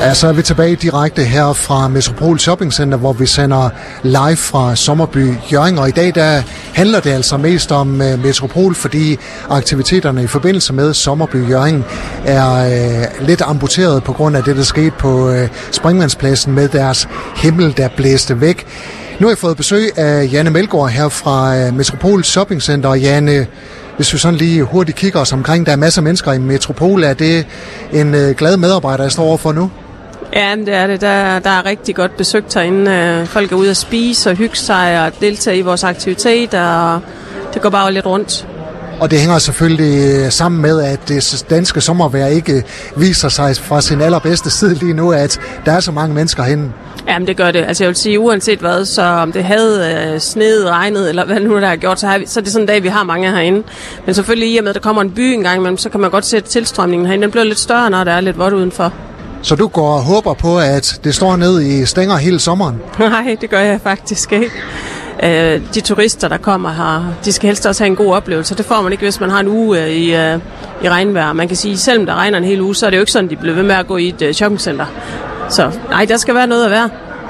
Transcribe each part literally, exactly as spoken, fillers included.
Ja, så er vi tilbage direkte her fra Metropol Shopping Center, hvor vi sender live fra Sommerby Hjørring. Og i dag der handler det altså mest om uh, Metropol, fordi aktiviteterne i forbindelse med Sommerby Hjørring er uh, lidt amputeret på grund af det, der skete på uh, Springvandspladsen med deres himmel, der blæste væk. Nu har jeg fået besøg af Janne Melgaard her fra uh, Metropol Shopping Center. Og Janne, hvis vi sådan lige hurtigt kigger os omkring, der er masser af mennesker i Metropol. Er det en uh, glad medarbejder, jeg står overfor nu? Ja, det er det. Der, der er rigtig godt besøgt herinde. Folk er ude at spise og hygge sig og deltage i vores aktiviteter, og det går bare lidt rundt. Og det hænger selvfølgelig sammen med, at det danske sommervejr ikke viser sig fra sin allerbedste side lige nu, at der er så mange mennesker herinde. Jamen det gør det. Altså jeg vil sige, uanset hvad, så om det havde øh, sneet, regnet, eller hvad nu der har gjort, så, har vi, så er det sådan en dag, vi har mange herinde. Men selvfølgelig i og med, at der kommer en by en gang imellem, så kan man godt se, at tilstrømningen herinde den bliver lidt større, når der er lidt vådt udenfor. Så du går og håber på, at det står ned i stænger hele sommeren? Nej, det gør jeg faktisk ikke. Øh, de turister, der kommer her, de skal helst også have en god oplevelse. Det får man ikke, hvis man har en uge i, øh, i regnvejr. Man kan sige, selvom der regner en hel uge, så er det jo ikke sådan, de bliver ved med at gå i et uh, shoppingcenter. Så nej, der skal være noget at være.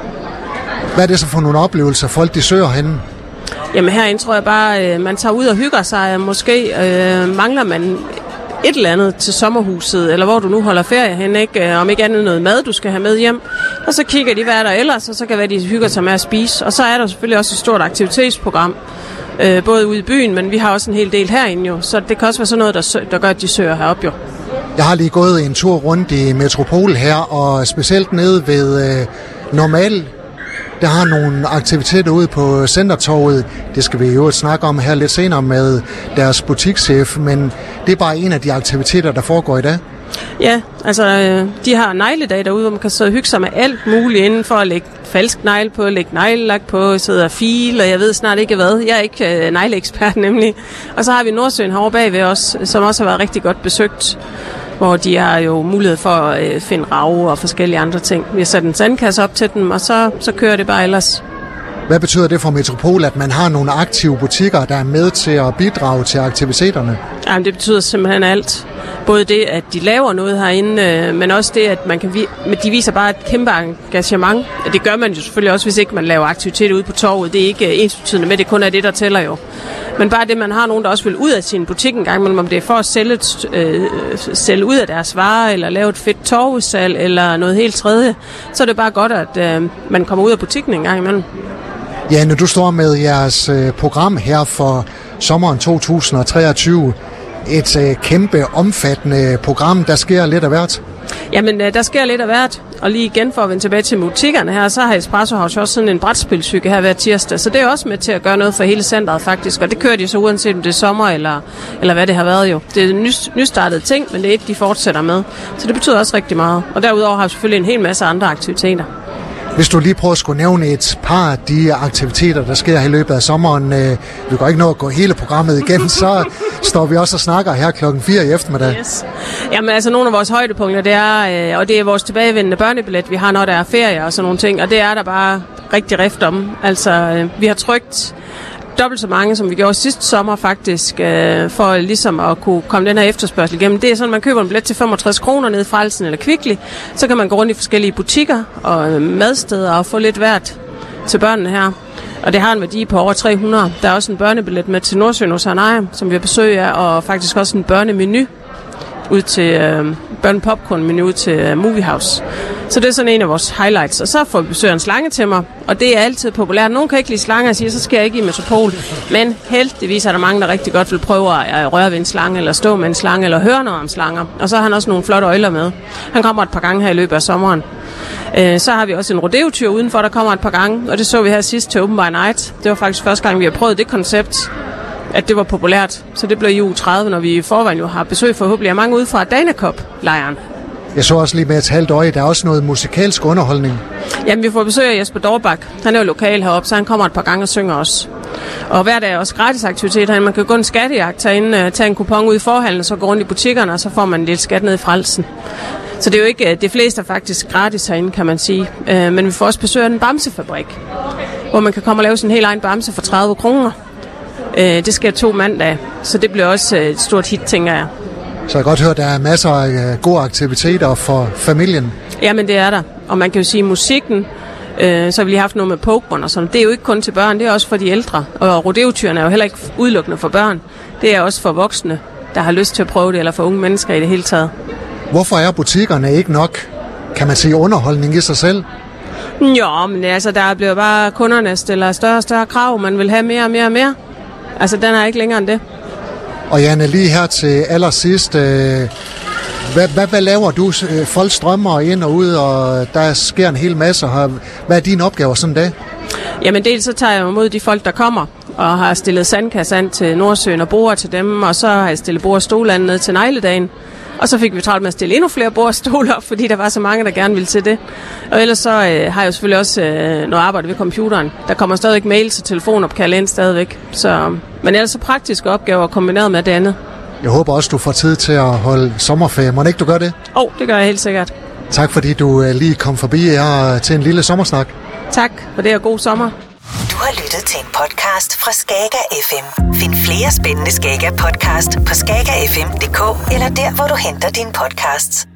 Hvad er det så for nogle oplevelser, folk de søger henne? Jamen herinde tror jeg bare, øh, man tager ud og hygger sig. Måske øh, mangler man et eller andet til sommerhuset, eller hvor du nu holder ferie hen, ikke? Om ikke andet noget mad, du skal have med hjem. Og så kigger de, hvad er der ellers, og så kan være, de hygger sig med at spise. Og så er der selvfølgelig også et stort aktivitetsprogram, øh, både ude i byen, men vi har også en hel del herinde jo. Så det kan også være sådan noget, der, sø- der gør, at de søger herop jo. Jeg har lige gået en tur rundt i Metropol her, og specielt nede ved øh, Normal. Der har nogle aktiviteter ude på Centertorvet. Det skal vi jo snakke om her lidt senere med deres butikschef, men det er bare en af de aktiviteter, der foregår i dag. Ja, altså de har negledag derude, hvor man kan så hygge sig med alt muligt inden for at lægge falsk negl på, lægge neglelak på, sidde og file, og jeg ved snart ikke hvad. Jeg er ikke øh, negleekspert nemlig. Og så har vi Nordsøen herovre bagved os, som også har været rigtig godt besøgt, hvor de har jo mulighed for at øh, finde rage og forskellige andre ting. Vi har sat en sandkasse op til dem, og så, så kører det bare ellers. Hvad betyder det for Metropol, at man har nogle aktive butikker, der er med til at bidrage til aktiviteterne? Jamen, det betyder simpelthen alt. Både det, at de laver noget herinde, øh, men også det, at man kan vi- men de viser bare et kæmpe engagement. Det gør man jo selvfølgelig også, hvis ikke man laver aktiviteter ude på torvet. Det er ikke øh, ensbetydende med, det kun er det, der tæller jo. Men bare det, man har nogen, der også vil ud af sin butik en gang, men om det er for at sælge, øh, sælge ud af deres varer, eller lave et fedt torvessalg, eller noget helt tredje, så er det bare godt, at øh, man kommer ud af butikken en gang imellem. Ja, når du står med jeres øh, program her for sommeren to tusind treogtyve, et øh, kæmpe omfattende program, der sker lidt af hvert. Jamen, øh, der sker lidt af hvert, og lige igen for at vende tilbage til butikkerne her, så har Espresso House også sådan en brætspilscykel her hver tirsdag, så det er også med til at gøre noget for hele centret faktisk, og det kører de så uanset om det er sommer eller, eller hvad det har været jo. Det er en ny, nystartet ting, men det er et, de fortsætter med, så det betyder også rigtig meget, og derudover har vi selvfølgelig en hel masse andre aktiviteter. Hvis du lige prøver at skulle nævne et par af de aktiviteter, der sker i løbet af sommeren, øh, vi kan ikke nå at gå hele programmet igennem, så står vi også og snakker her klokken fire i eftermiddag. Yes. Jamen altså nogle af vores højdepunkter, det er, øh, og det er vores tilbagevendende børnebillet, vi har, når der er ferie og sådan nogle ting, og det er der bare rigtig rift om. Altså øh, vi har trykt dobbelt så mange, som vi gjorde sidste sommer faktisk, øh, for ligesom at kunne komme den her efterspørgsel igennem. Det er sådan, man køber en billet til femogtres kroner nede i Frelsen eller Kvickly, så kan man gå rundt i forskellige butikker og øh, madsteder og få lidt hvert til børnene her. Og det har en værdi på over tre hundrede. Der er også en børnebillet med til Nordsøen hos Arnheim, som vi har besøg af, og faktisk også en børnemenu ud til øh, børnepopcorn-menu ud til øh, Movie House. Så det er sådan en af vores highlights. Og så får vi besøg af en slangetemmer, og det er altid populært. Nogen kan ikke lide slanger og siger, så skal jeg ikke i Metropol. Men heldigvis er der mange, der rigtig godt vil prøve at røre ved en slange, eller stå med en slange, eller høre noget om slanger. Og så har han også nogle flotte øjler med. Han kommer et par gange her i løbet af sommeren. Øh, så har vi også en rodeo-tur udenfor, der kommer et par gange, og det så vi her sidst til Open by Night. Det var faktisk første gang, vi har prøvet det koncept, at det var populært. Så det blev i uge tredive, når vi i forvejen jo har besøg forhåbentlig af mange ude fra Danekop-lejren. Jeg så også lige med et halvt øje, der er også noget musikalsk underholdning. Jamen, vi får besøg af Jesper Dorbak. Han er jo lokal heroppe, så han kommer et par gange og synger også. Og hver dag er også gratis aktiviteter. Man kan gå en skattejagt herinde, tage en kupon ud i forhallen, og så gå rundt i butikkerne, og så får man en lille skat ned i Frelsen. Så det er jo ikke, det fleste er faktisk gratis herinde, kan man sige. Men vi får også besøg af en bamsefabrik, hvor man kan komme og lave sin helt egen bamse for tredive kroner. Det sker to mandag, så det bliver også et stort hit, tænker jeg. Så jeg kan godt høre, at der er masser af gode aktiviteter for familien. Jamen det er der, og man kan jo sige musikken, øh, så har vi lige haft noget med Pokémon og sådan. Det er jo ikke kun til børn, det er også for de ældre. Og rodeotyren er jo heller ikke udelukkende for børn. Det er også for voksne, der har lyst til at prøve det, eller for unge mennesker i det hele taget. Hvorfor er butikkerne ikke nok, kan man sige, underholdning i sig selv? Jo, men altså, der bliver bare kunderne stiller større og større krav. Man vil have mere og mere og mere. Altså, den er ikke længere end det. Og Janne, lige her til allersidst, øh, hvad, hvad, hvad laver du? Folk strømmer ind og ud, og der sker en hel masse. Hvad er dine opgaver sådan en dag? Jamen, dels så tager jeg imod de folk, der kommer, og har stillet sandkasse an til Nordsøen og bord til dem, og så har jeg stillet bord og stol an ned til Negledagen. Og så fik vi travlt med at stille endnu flere bord og stole op, fordi der var så mange, der gerne ville til det. Og ellers så øh, har jeg jo selvfølgelig også øh, noget arbejde ved computeren. Der kommer stadigvæk mails og telefonopkald ind stadigvæk. Så, men ellers så praktiske opgaver kombineret med det andet. Jeg håber også, du får tid til at holde sommerferie. Må ikke du gøre det? Åh, oh, det gør jeg helt sikkert. Tak fordi du øh, lige kom forbi her til en lille sommersnak. Tak, for det er god sommer. Du har lyttet til en podcast fra Skager F M. Find flere spændende Skager podcast på skager f m punktum d k eller der, hvor du henter dine podcasts.